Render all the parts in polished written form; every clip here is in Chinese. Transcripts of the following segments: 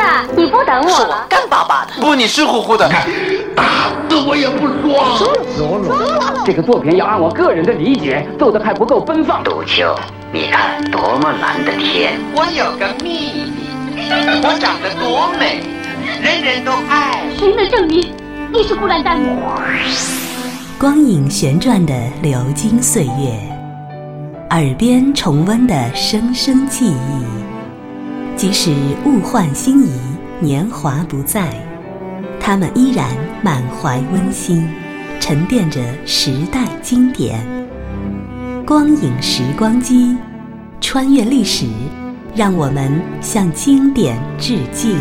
了，你不等我了？ 干巴巴的， 不，你湿乎乎的。 打的我也不说。 说了，这个作品要按我个人的理解做的还不够奔放。 杜秋，你看多么蓝的天！ 我有个秘密，我长得多美，人人都爱。 谁能证明你是孤兰丹？ 光影旋转的流金岁月，耳边重温的声声记忆，即使物换星移，年华不在，他们依然满怀温馨，沉淀着时代经典。光影时光机，穿越历史，让我们向经典致敬。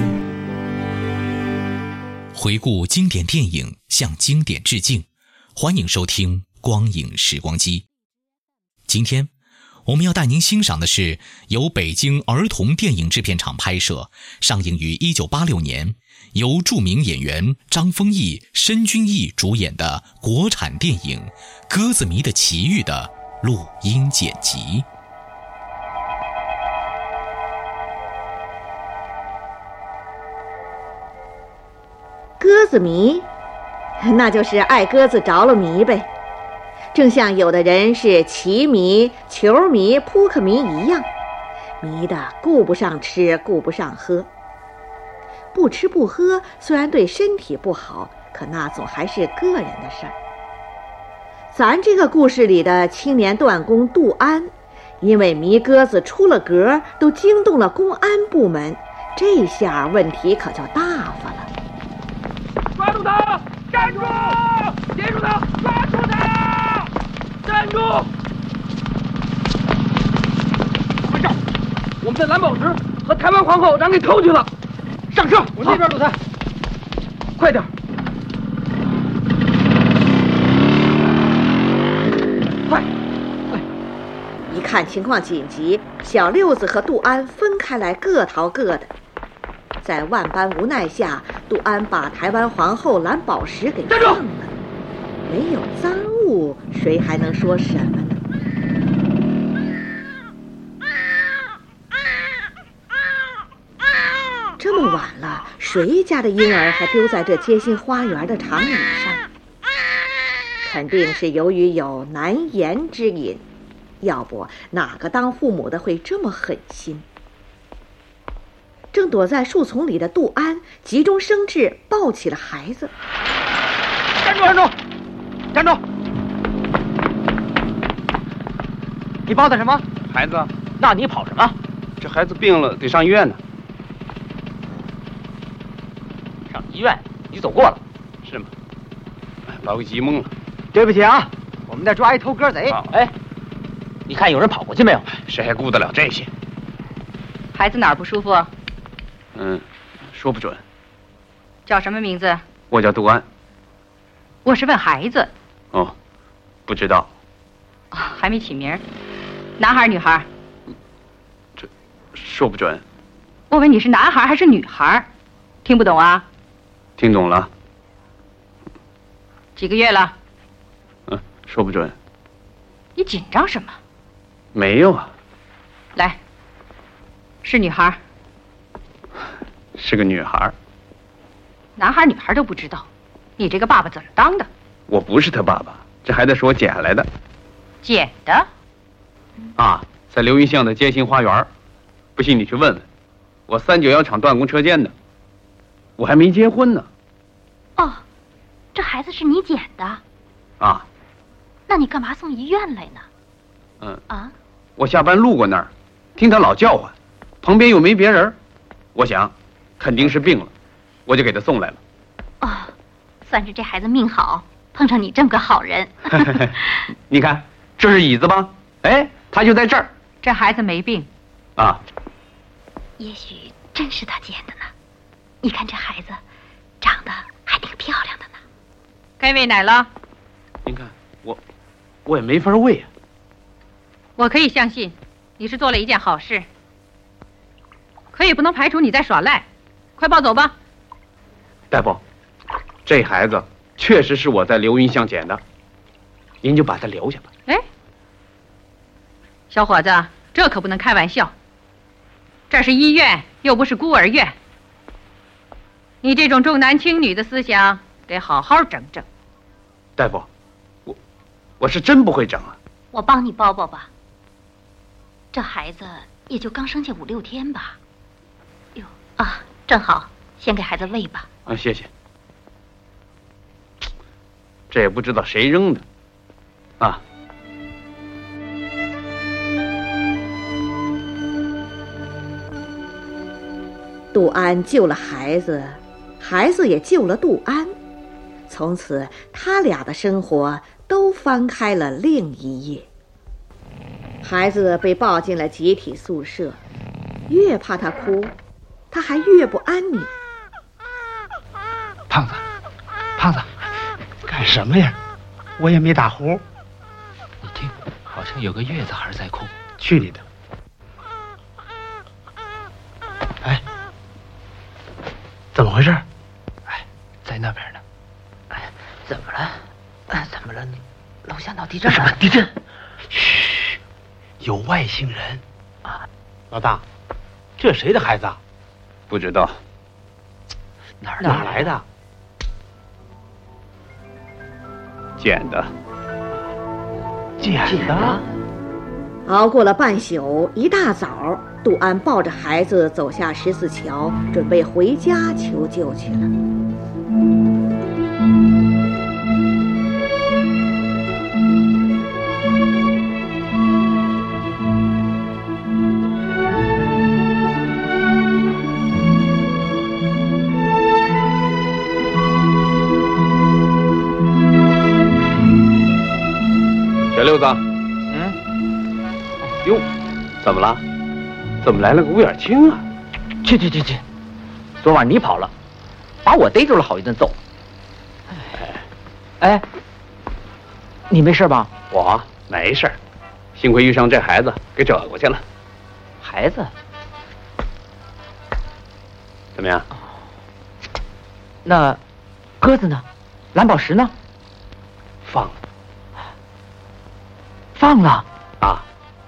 回顾经典电影，向经典致敬。欢迎收听光影时光机。今天我们要带您欣赏的是由北京儿童电影制片厂拍摄，上映于1986年，由著名演员张丰毅、申君毅主演的国产电影《鸽子迷的奇遇》的录音剪辑。 鸽子迷，那就是爱鸽子着了迷呗，正像有的人是棋迷、球迷、扑克迷一样，迷的顾不上吃，顾不上喝。不吃不喝虽然对身体不好，可那总还是个人的事儿。咱这个故事里的青年断工杜安，因为迷鸽子出了格，都惊动了公安部门，这下问题可就大发了。 抓住他！站住！接住他！抓住他！站住！快上！我们的蓝宝石和台湾皇后让给偷去了。上车！我那边堵他。快点！快！ 一看情况紧急，小六子和杜安分开来，各逃各的。在万般无奈下，杜安把台湾皇后蓝宝石给放了。没有赃物，谁还能说什么呢？这么晚了，谁家的婴儿还丢在这街心花园的长椅上？肯定是由于有难言之隐，要不哪个当父母的会这么狠心？正躲在树丛里的杜安急中生智，抱起了孩子。 站住！站住！站住！你抱的什么孩子？ 那你跑什么？ 这孩子病了，得上医院呢。 上医院？你走过了？ 是吗？老给急懵了。 对不起啊，我们在抓一偷鸽贼。哎，你看有人跑过去没有？ 谁还顾得了这些？ 孩子哪儿不舒服？ 说不准。 叫什么名字？ 我叫杜安。 我是问孩子。 哦，不知道。 还没起名。男孩女孩？ 这说不准。 我问你是男孩还是女孩？听不懂啊？ 听懂了。 几个月了？ 说不准。 你紧张什么？ 没有啊。 来，是女孩。 是个女孩。 男孩女孩都不知道，你这个爸爸怎么当的？ 我不是他爸爸，这孩子是我捡来的。 捡的？ 啊，在刘云巷的街心花园。不信你去问问，我391厂断工车间的，我还没结婚呢。 哦，这孩子是你捡的？ 啊。 那你干嘛送医院来呢？ 我下班路过那儿，听他老叫唤，旁边又没别人，我想肯定是病了，我就给他送来了。 哦，算是这孩子命好，碰上你这么个好人。 你看，这是椅子吧？哎，他就在这儿。 这孩子没病。 啊。 也许真是他捡的呢。你看这孩子，长得还挺漂亮的呢。 该喂奶了。 您看，我也没法喂啊。 我可以相信，你是做了一件好事。可也不能排除你在耍赖。快抱走吧。 大夫，这孩子确实是我在刘云巷捡的，您就把他留下吧。 哎，小伙子，这可不能开玩笑。这是医院，又不是孤儿院。 你这种重男轻女的思想得好好整整。 大夫，我是真不会整啊。 我帮你包包吧。这孩子也就刚生下5、6天吧。哟啊，正好，先给孩子喂吧。 啊，谢谢。这也不知道谁扔的，啊。 杜安救了孩子，孩子也救了杜安，从此他俩的生活都翻开了另一页。孩子被抱进了集体宿舍，越怕他哭，他还越不安宁。 胖子，胖子，干什么呀？我也没打呼。 你听，好像有个月子孩在哭。 去你的！哎，怎么回事？ 哎，在那边呢。哎，怎么了？怎么了？楼下闹地震了？ 什么地震？嘘，有外星人啊！老大，这谁的孩子啊？ 不知道。 哪儿来的？ 捡的。 捡的。 熬过了半宿，一大早，杜安抱着孩子走下14桥，准备回家求救去了。 小六子，哟，怎么了？怎么来了个吴远清啊？ 去！昨晚你跑了，把我逮住了，好一顿揍。哎，你没事吧？ 我没事，幸亏遇上这孩子，给折过去了。 孩子？ 怎么样？ 那鸽子呢？蓝宝石呢？ 放了。 放了啊！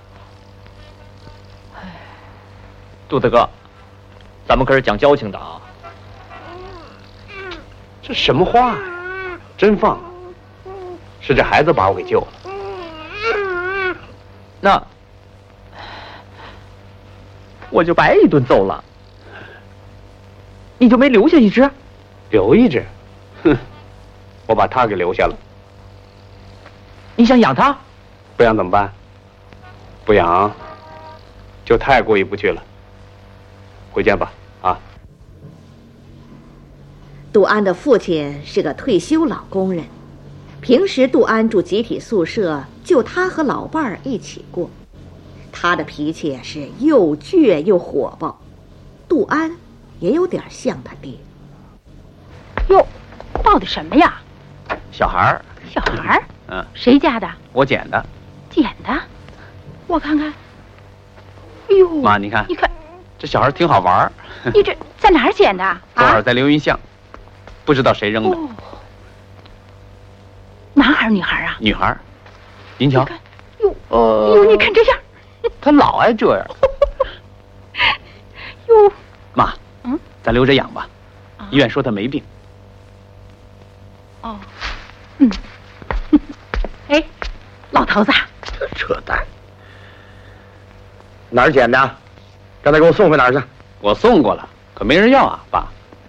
杜大哥，咱们可是讲交情的啊。 这什么话呀？真放了？是这孩子把我给救了。 那我就白一顿揍了，你就没留下一只？ 留一只？哼，我把它给留下了。 你想养它？ 不养怎么办？不养就太过意不去了。回见吧，啊。 杜安的父亲是个退休老工人，平时杜安住集体宿舍，就他和老伴儿一起过。他的脾气是又倔又火爆，杜安也有点像他爹。 哟，抱的什么呀？ 小孩儿。 小孩儿？谁家的？ 我捡的。 捡的？我看看。哎呦， 妈，你看，这小孩挺好玩儿。 你这在哪儿捡的？ 昨晚在流云巷，不知道谁扔的。 男孩女孩啊？ 女孩。您瞧。 哟，你看这样。 他老爱这样。 哟， 妈，咱留着养吧。医院说他没病。 哦，哎，老头子， 扯淡！哪儿捡的？刚才给我送回哪儿去？ 我送过了，可没人要啊，爸。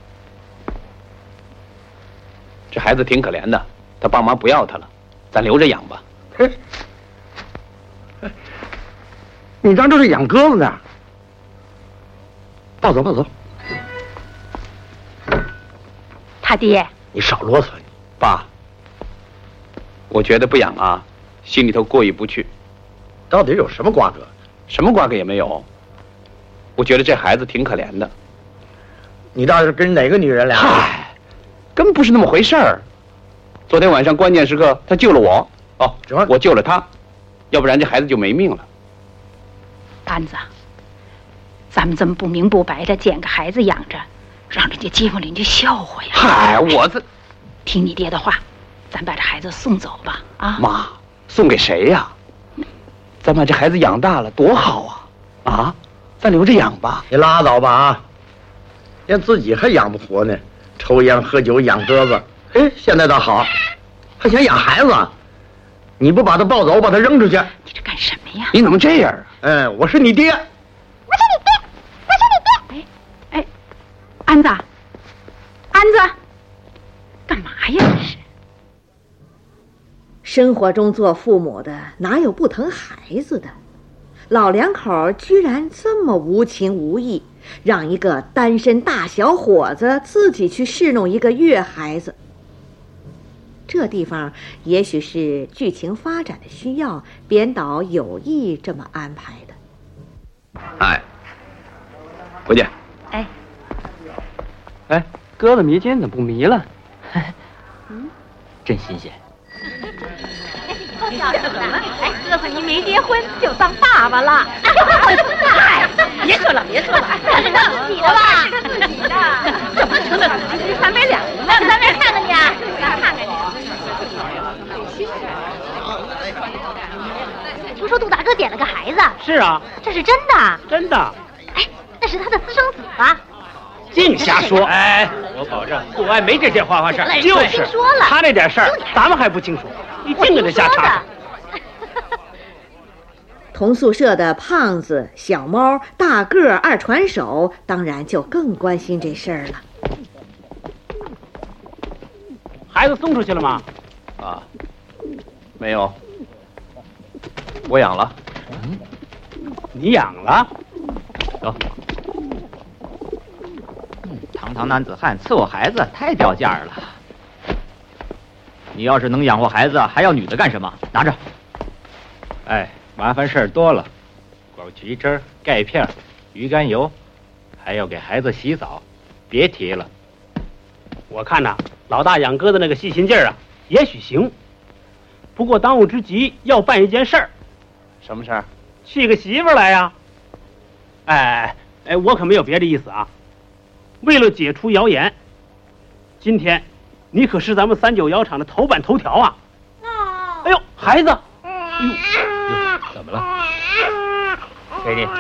这孩子挺可怜的，他爸妈不要他了，咱留着养吧。 你当这是养鸽子呢？抱走，抱走。 他爹， 你少啰嗦， 爸。我觉得不养啊，心里头过意不去。 到底有什么瓜葛？ 什么瓜葛也没有。我觉得这孩子挺可怜的。 你倒是跟哪个女人俩？ 嗨，根不是那么回事儿。昨天晚上关键时刻，他救了我。哦，我救了他，要不然这孩子就没命了。 安子，咱们这么不明不白的捡个孩子养着，让人家街坊邻居笑话呀！ 嗨，我这听你爹的话，咱把这孩子送走吧。啊， 妈，送给谁呀？咱把这孩子养大了多好啊！啊，咱留着养吧。 你拉倒吧啊！连自己还养不活呢， 抽烟喝酒养鸽子，哎，现在倒好，还想养孩子。你不把他抱走，把他扔出去？ 你这干什么呀？ 你怎么这样啊？ 我是你爹。 我是你爹。哎，安子，干嘛呀？这是。 生活中做父母的哪有不疼孩子的？老两口居然这么无情无义，让一个单身大小伙子自己去侍弄一个月孩子。这地方也许是剧情发展的需要，编导有意这么安排的。 哎，回去。 哎，鸽子迷今天怎么不迷了？真新鲜。 鸽子你没结婚就当爸爸了。 别说了， 那是他自己的吧？是他自己的。 怎么成了3杯2呢？ 让咱们看看去，看看去。听说杜大哥捡了个孩子。 是啊， 这是真的。 真的。 哎，那是他的私生子吧？ 净瞎说！哎，我保证，杜安没这些花花事儿，就是他那点事儿，咱们还不清楚，你净给他瞎查查。 同宿舍的胖子、小猫、大个二传手，当然就更关心这事儿了。 孩子送出去了吗？ 啊，没有，我养了。 你养了？ 走。堂堂男子汉伺候孩子太掉价了。你要是能养活孩子，还要女的干什么？拿着。 哎，麻烦事儿多了，枸杞汁、钙片、鱼肝油，还要给孩子洗澡，别提了。 我看呐，老大养鸽子那个细心劲儿啊，也许行。不过当务之急要办一件事儿。 什么事儿？ 娶个媳妇来呀！哎，我可没有别的意思啊。为了解除谣言，今天你可是咱们39窑厂的头版头条啊！哎呦，孩子！哎呦， 怎么了？给你。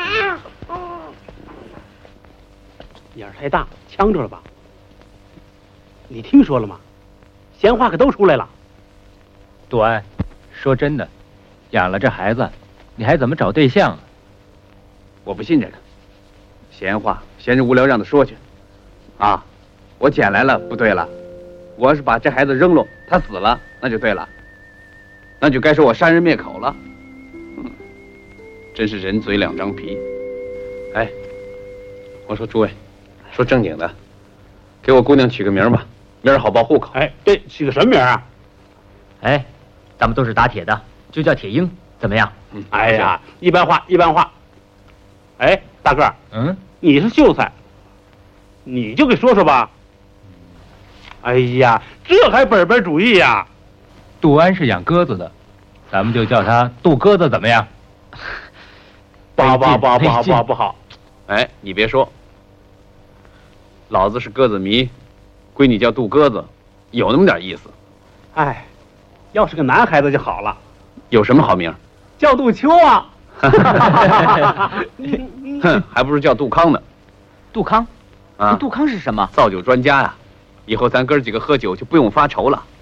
眼儿太大，呛着了吧？你听说了吗？闲话可都出来了。 杜安，说真的，养了这孩子，你还怎么找对象啊？ 我不信这个，闲话闲着无聊让他说去。啊，我捡来了不对了，我要是把这孩子扔了，他死了那就对了，那就该说我杀人灭口了。真是人嘴两张皮。哎，我说诸位，说正经的，给我姑娘取个名吧，名儿好报户口。 哎，对，取个什么名啊？ 哎，咱们都是打铁的，就叫铁鹰，怎么样？ 哎呀，一般化。哎，大个儿，你是秀才，你就给说说吧。哎呀，这还本主义呀！ 杜安是养鸽子的，咱们就叫他杜鸽子，怎么样？ 不好。 哎，你别说，老子是鸽子迷，归你叫杜鸽子，有那么点意思。 哎，要是个男孩子就好了。 有什么好名？ 叫杜秋啊。 哼，还不如叫杜康呢。 杜康？ 啊， 杜康是什么？ 造酒专家呀，以后咱哥几个喝酒就不用发愁了。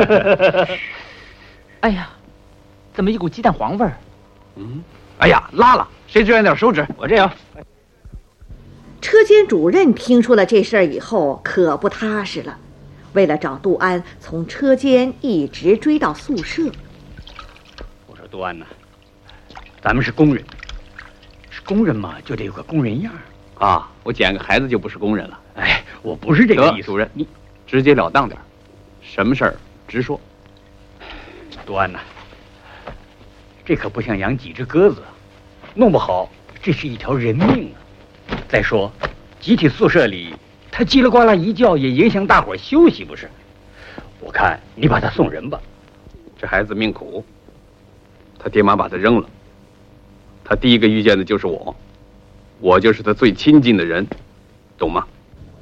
哎呀，怎么一股鸡蛋黄味儿？ 哎呀，拉了，谁支援点手指？ 我这有。 车间主任听说了这事儿以后，可不踏实了。为了找杜安，从车间一直追到宿舍。 我说杜安呐，咱们是工人，是工人嘛，就得有个工人样啊。我捡个孩子就不是工人了。 哎，我不是这个意思。 主任，你直截了当点，什么事儿直说。 杜安呐，这可不像养几只鸽子，弄不好这是一条人命啊。再说，集体宿舍里他叽里呱啦一叫，也影响大伙休息，不是？我看你把他送人吧。 这孩子命苦，他爹妈把他扔了，他第一个遇见的就是我，我就是他最亲近的人，懂吗？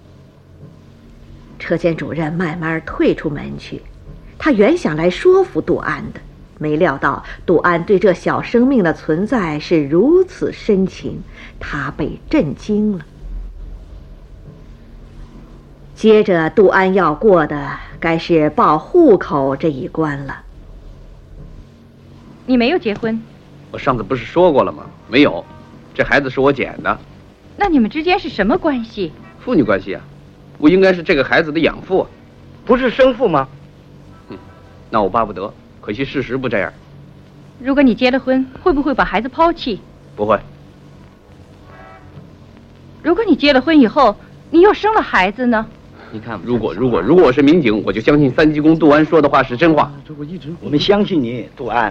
车间主任慢慢退出门去，他原想来说服杜安的，没料到杜安对这小生命的存在是如此深情，他被震惊了。 接着杜安要过的该是报户口这一关了。 你没有结婚？ 我上次不是说过了吗？没有，这孩子是我捡的。 那你们之间是什么关系？ 父女关系啊，我应该是这个孩子的养父啊。 不是生父吗？ 那我巴不得，可惜事实不这样。 如果你结了婚，会不会把孩子抛弃？ 不会。 如果你结了婚以后，你又生了孩子呢？ 你看，如果我是民警，我就相信三级工杜安说的话是真话。 我们相信你，杜安。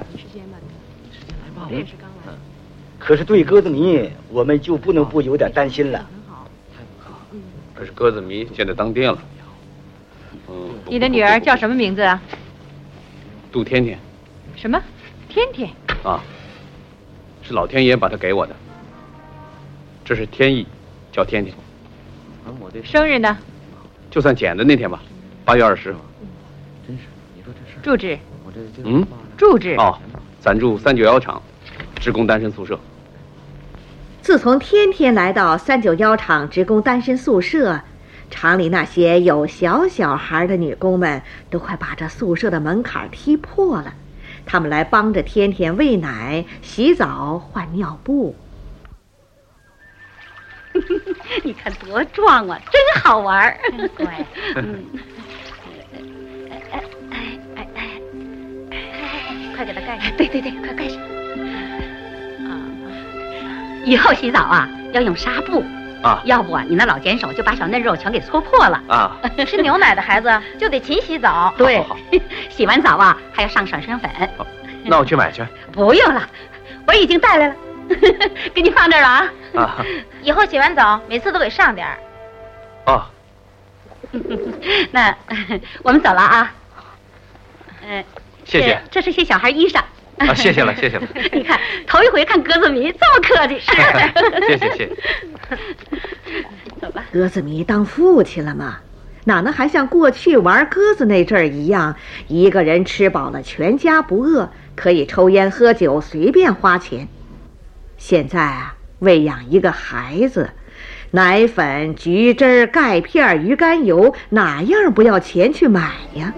可是对鸽子迷，我们就不能不有点担心了。 可是鸽子迷现在当爹了。 你的女儿叫什么名字啊？ 杜天天。 什么？天天？ 啊，是老天爷把她给我的。这是天意，叫天天。 生日呢？ 就算捡的那天吧，8月20。 真是，你说这事。 住址？ 住址。哦，暂住39窑厂，职工单身宿舍。 自从天天来到39窑厂职工单身宿舍，厂里那些有小孩的女工们都快把这宿舍的门槛踢破了。他们来帮着天天喂奶、洗澡、换尿布。 你看多壮啊，真好玩。 乖。 快给他盖上。对，快盖上。以后洗澡啊要用纱布啊， 要不你那老碱手就把小嫩肉全给搓破了啊。 吃牛奶的孩子就得勤洗澡。对，洗完澡啊还要上爽身粉。 那我去买去。 不用了，我已经带来了。给你放这儿了啊！ 啊， 以后洗完澡每次都给上点儿。 哦。 那我们走了啊。 谢谢。 这是些小孩衣裳。 啊，谢谢了。 你看，头一回看鸽子迷这么客气。 谢谢。 走吧。 鸽子迷当父亲了吗？哪能还像过去玩鸽子那阵儿一样，一个人吃饱了全家不饿，可以抽烟喝酒随便花钱？现在啊，喂养一个孩子，奶粉、橘汁、钙片、鱼肝油，哪样不要钱去买呀？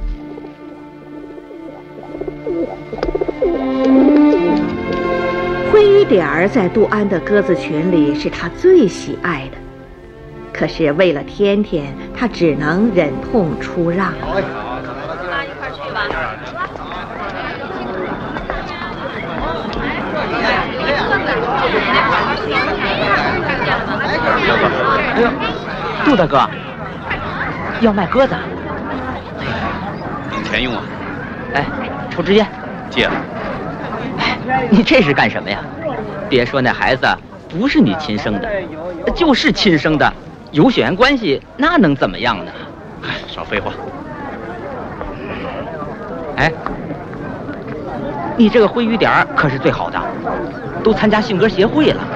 灰雨点儿在杜安的鸽子群里是他最喜爱的，可是为了天天，他只能忍痛出让。 一块去吧。 哎呦，杜大哥，要卖鸽子？ 用钱用啊？ 哎，抽支烟。 戒了。 哎，你这是干什么呀？别说那孩子不是你亲生的，就是亲生的，有血缘关系，那能怎么样呢？ 哎，少废话。 哎，你这个灰雨点可是最好的，都参加性格协会了。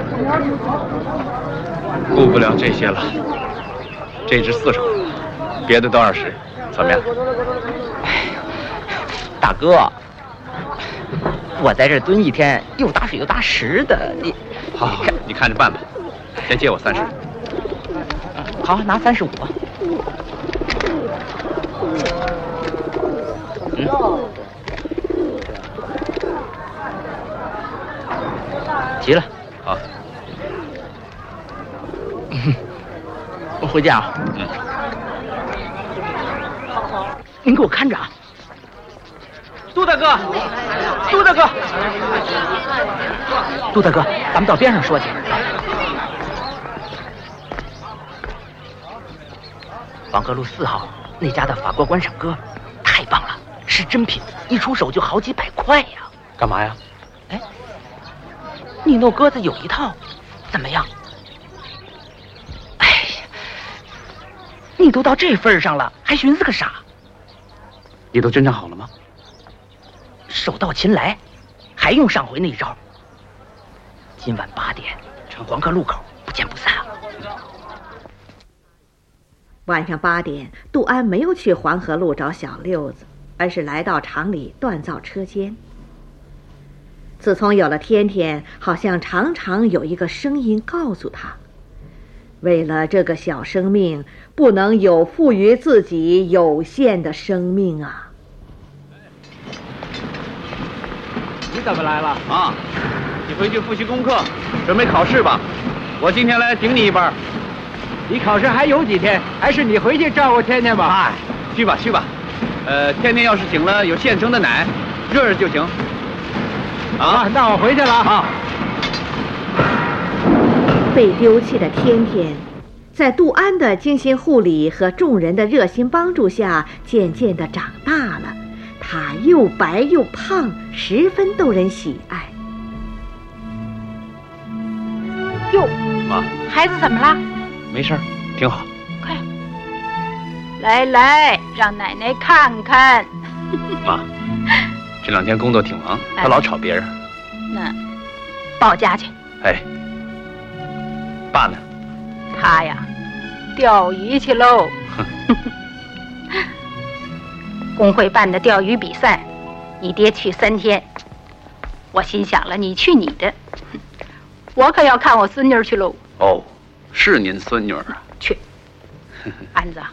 顾不了这些了，这只40，别的都20，怎么样？ 哎，大哥，我在这蹲一天，又打水又打石的，你好，你看着办吧。先借我30。 好，拿35。齐了。 好。 我回家啊。您给我看着啊。杜大哥，杜大哥，杜大哥，咱们到边上说去。黄河路4号那家的法国观赏鸽，太棒了，是真品，一出手就好几百块呀。 干嘛呀？ 哎，你弄鸽子有一套，怎么样？哎呀，你都到这份上了，还寻思个啥？ 你都侦查好了吗？ 手到擒来，还用上回那一招。今晚8点，城黄河路口，不见不散啊！ 晚上8点，杜安没有去黄河路找小六子，而是来到厂里锻造车间。自从有了天天，好像常常有一个声音告诉他， 为了这个小生命，不能有负于自己有限的生命啊！ 你怎么来了啊？你回去复习功课，准备考试吧。我今天来顶你一班。 离考试还有几天，还是你回去照顾天天吧。 哎，去吧去吧。天天要是醒了有现成的奶，热热就行。啊， 那我回去了啊。 被丢弃的天天，在杜安的精心护理和众人的热心帮助下，渐渐地长大了。他又白又胖，十分逗人喜爱。 哟， 妈， 孩子怎么了？ 没事，挺好。 快，来来，让奶奶看看。 妈，这2天工作挺忙，他老吵别人。 那，抱家去。 哎，爸呢？ 他呀，钓鱼去喽。工会办的钓鱼比赛，你爹去3天。我心想了，你去你的，我可要看我孙女去喽。 哦，是您孙女啊？ 去，安子，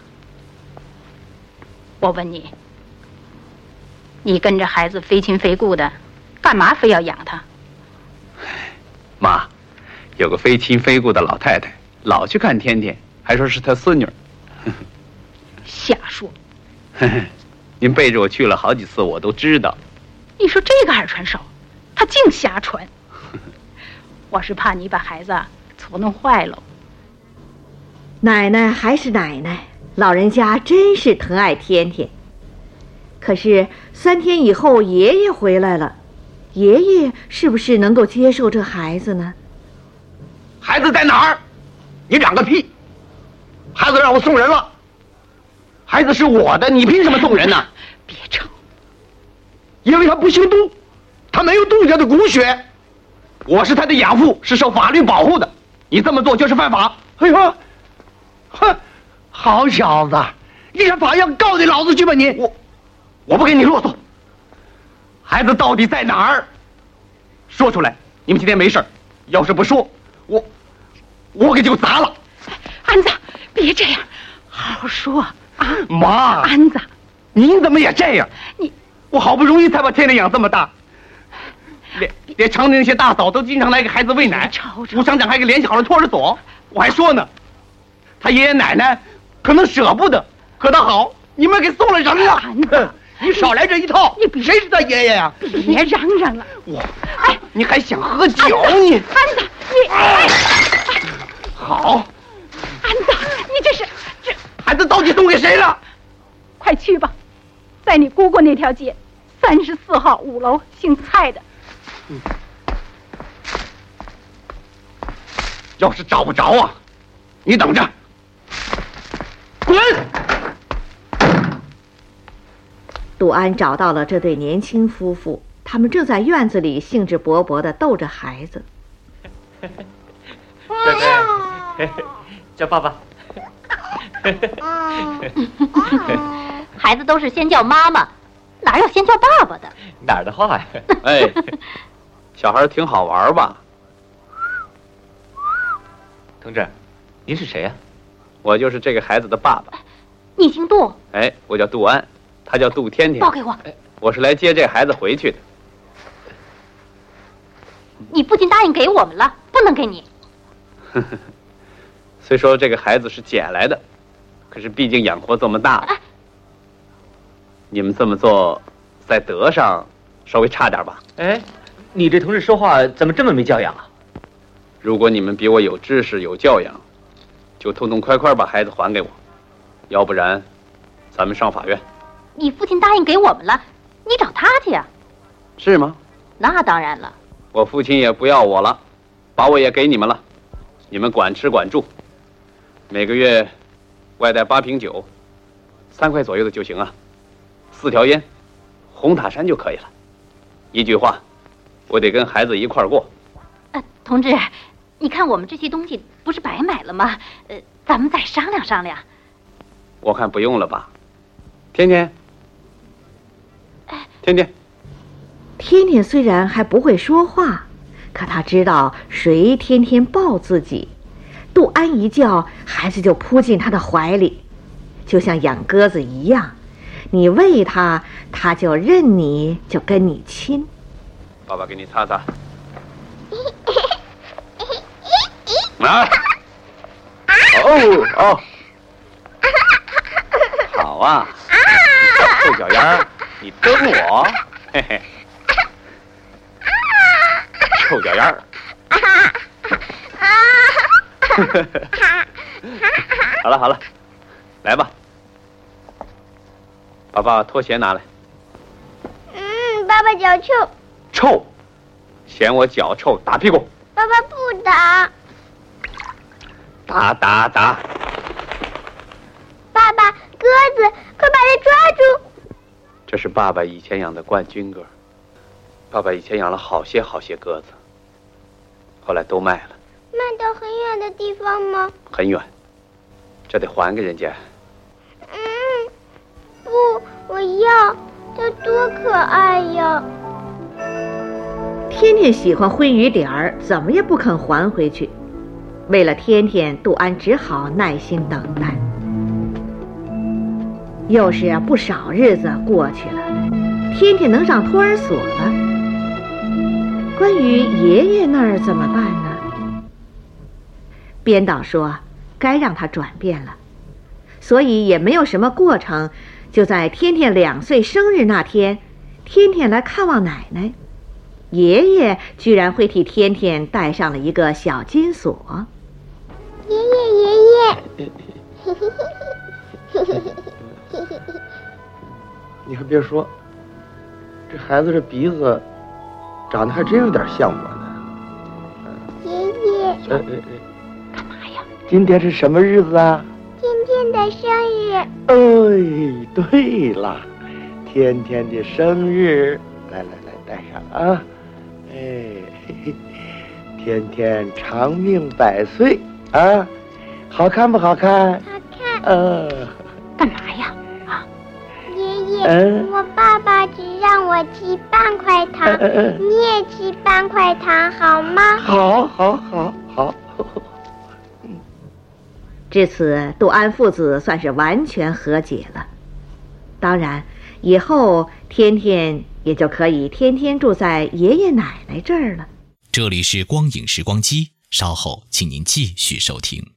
我问你，你跟着孩子非亲非故的，干嘛非要养他？ 妈，有个非亲非故的老太太，老去看天天，还说是她孙女。 瞎说！ 您背着我去了好几次，我都知道。 你说这个耳传少，他净瞎传。我是怕你把孩子搓弄坏了。 奶奶还是奶奶，老人家真是疼爱天天。可是3天以后，爷爷回来了，爷爷是不是能够接受这孩子呢？ 孩子在哪儿？你嚷个屁！孩子让我送人了。孩子是我的，你凭什么送人呢？ 别吵！ 因为他不姓杜，他没有杜家的骨血，我是他的养父，是受法律保护的。你这么做就是犯法。哎呦，哼，好小子，你上法院告你老子去吧你！我不跟你啰嗦。孩子到底在哪儿？说出来！你们今天没事，要是不说，我给就砸了。 安子，别这样，好好说。啊， 妈， 安子， 您怎么也这样？我好不容易才把天天养这么大，连城里那些大嫂都经常来给孩子喂奶，吴厂长还给联系好了托儿所。我还说呢，他爷爷奶奶可能舍不得，可他好，你们给送了人了。 安子， 你少来这一套！谁是他爷爷呀？ 别嚷嚷了！ 哎，你还想喝酒你？ 安子，你好。 安子，你这是孩子到底送给谁了？ 快去吧，在你姑姑那条街，34号5楼，姓蔡的。 要是找不着啊，你等着，滚！ 杜安找到了这对年轻夫妇，他们正在院子里兴致勃勃地逗着孩子。 贝贝，叫爸爸。 孩子都是先叫妈妈，哪有先叫爸爸的？ 哪儿的话呀？ 哎，小孩挺好玩吧？ 同志，您是谁呀？ 我就是这个孩子的爸爸。 你姓杜？ 哎，我叫杜安，他叫杜天天。 报给我。 我是来接这孩子回去的。 你父亲答应给我们了，不能给你。 虽说这个孩子是捡来的，可是毕竟养活这么大了，你们这么做，在德上稍微差点吧？ 哎，你这同志说话怎么这么没教养啊？ 如果你们比我有知识、有教养，就痛痛快快把孩子还给我，要不然，咱们上法院。 你父亲答应给我们了，你找他去呀？ 是吗？ 那当然了。 我父亲也不要我了，把我也给你们了，你们管吃管住。每个月外带8瓶酒，3块左右的就行啊，4条烟，红塔山就可以了。一句话，我得跟孩子一块儿过。 同志，你看我们这些东西不是白买了吗？咱们再商量商量。 我看不用了吧。天天，天天， 天天虽然还不会说话，可他知道谁天天抱自己。 杜安一叫，孩子就扑进他的怀里，就像养鸽子一样，你喂它，它就认你，就跟你亲。 爸爸给你擦擦。啊！哦，好啊！臭脚丫儿，你蹬我，嘿嘿。臭脚丫儿。好了，来吧。把拖鞋拿来。 爸爸脚臭。 臭，嫌我脚臭，打屁股。 爸爸不打。 打。 爸爸，鸽子，快把它抓住！ 这是爸爸以前养的冠军鸽。爸爸以前养了好些鸽子，后来都卖了。 卖到很远的地方吗？ 很远，这得还给人家。 不，我要，它多可爱呀！ 天天喜欢灰雨点儿，怎么也不肯还回去。为了天天，杜安只好耐心等待。又是不少日子过去了，天天能上托儿所了。关于爷爷那儿怎么办呢？编导说该让他转变了，所以也没有什么过程，就在天天2岁生日那天，天天来看望奶奶。爷爷居然会替天天戴上了一个小金锁。 爷爷， 你还别说，这孩子这鼻子长得还真有点像我呢。 爷爷， 干嘛呀？ 今天是什么日子啊？ 今天的生日。 哎，对了，天天的生日，来，戴上啊！哎，天天长命100岁啊！好看不好看？ 好看。 干嘛呀？ 爷爷，我爸爸只让我吃半块糖，你也吃半块糖好吗？ 好。 至此，杜安父子算是完全和解了。当然，以后天天也就可以天天住在爷爷奶奶这儿了。 这里是光影时光机，稍后请您继续收听。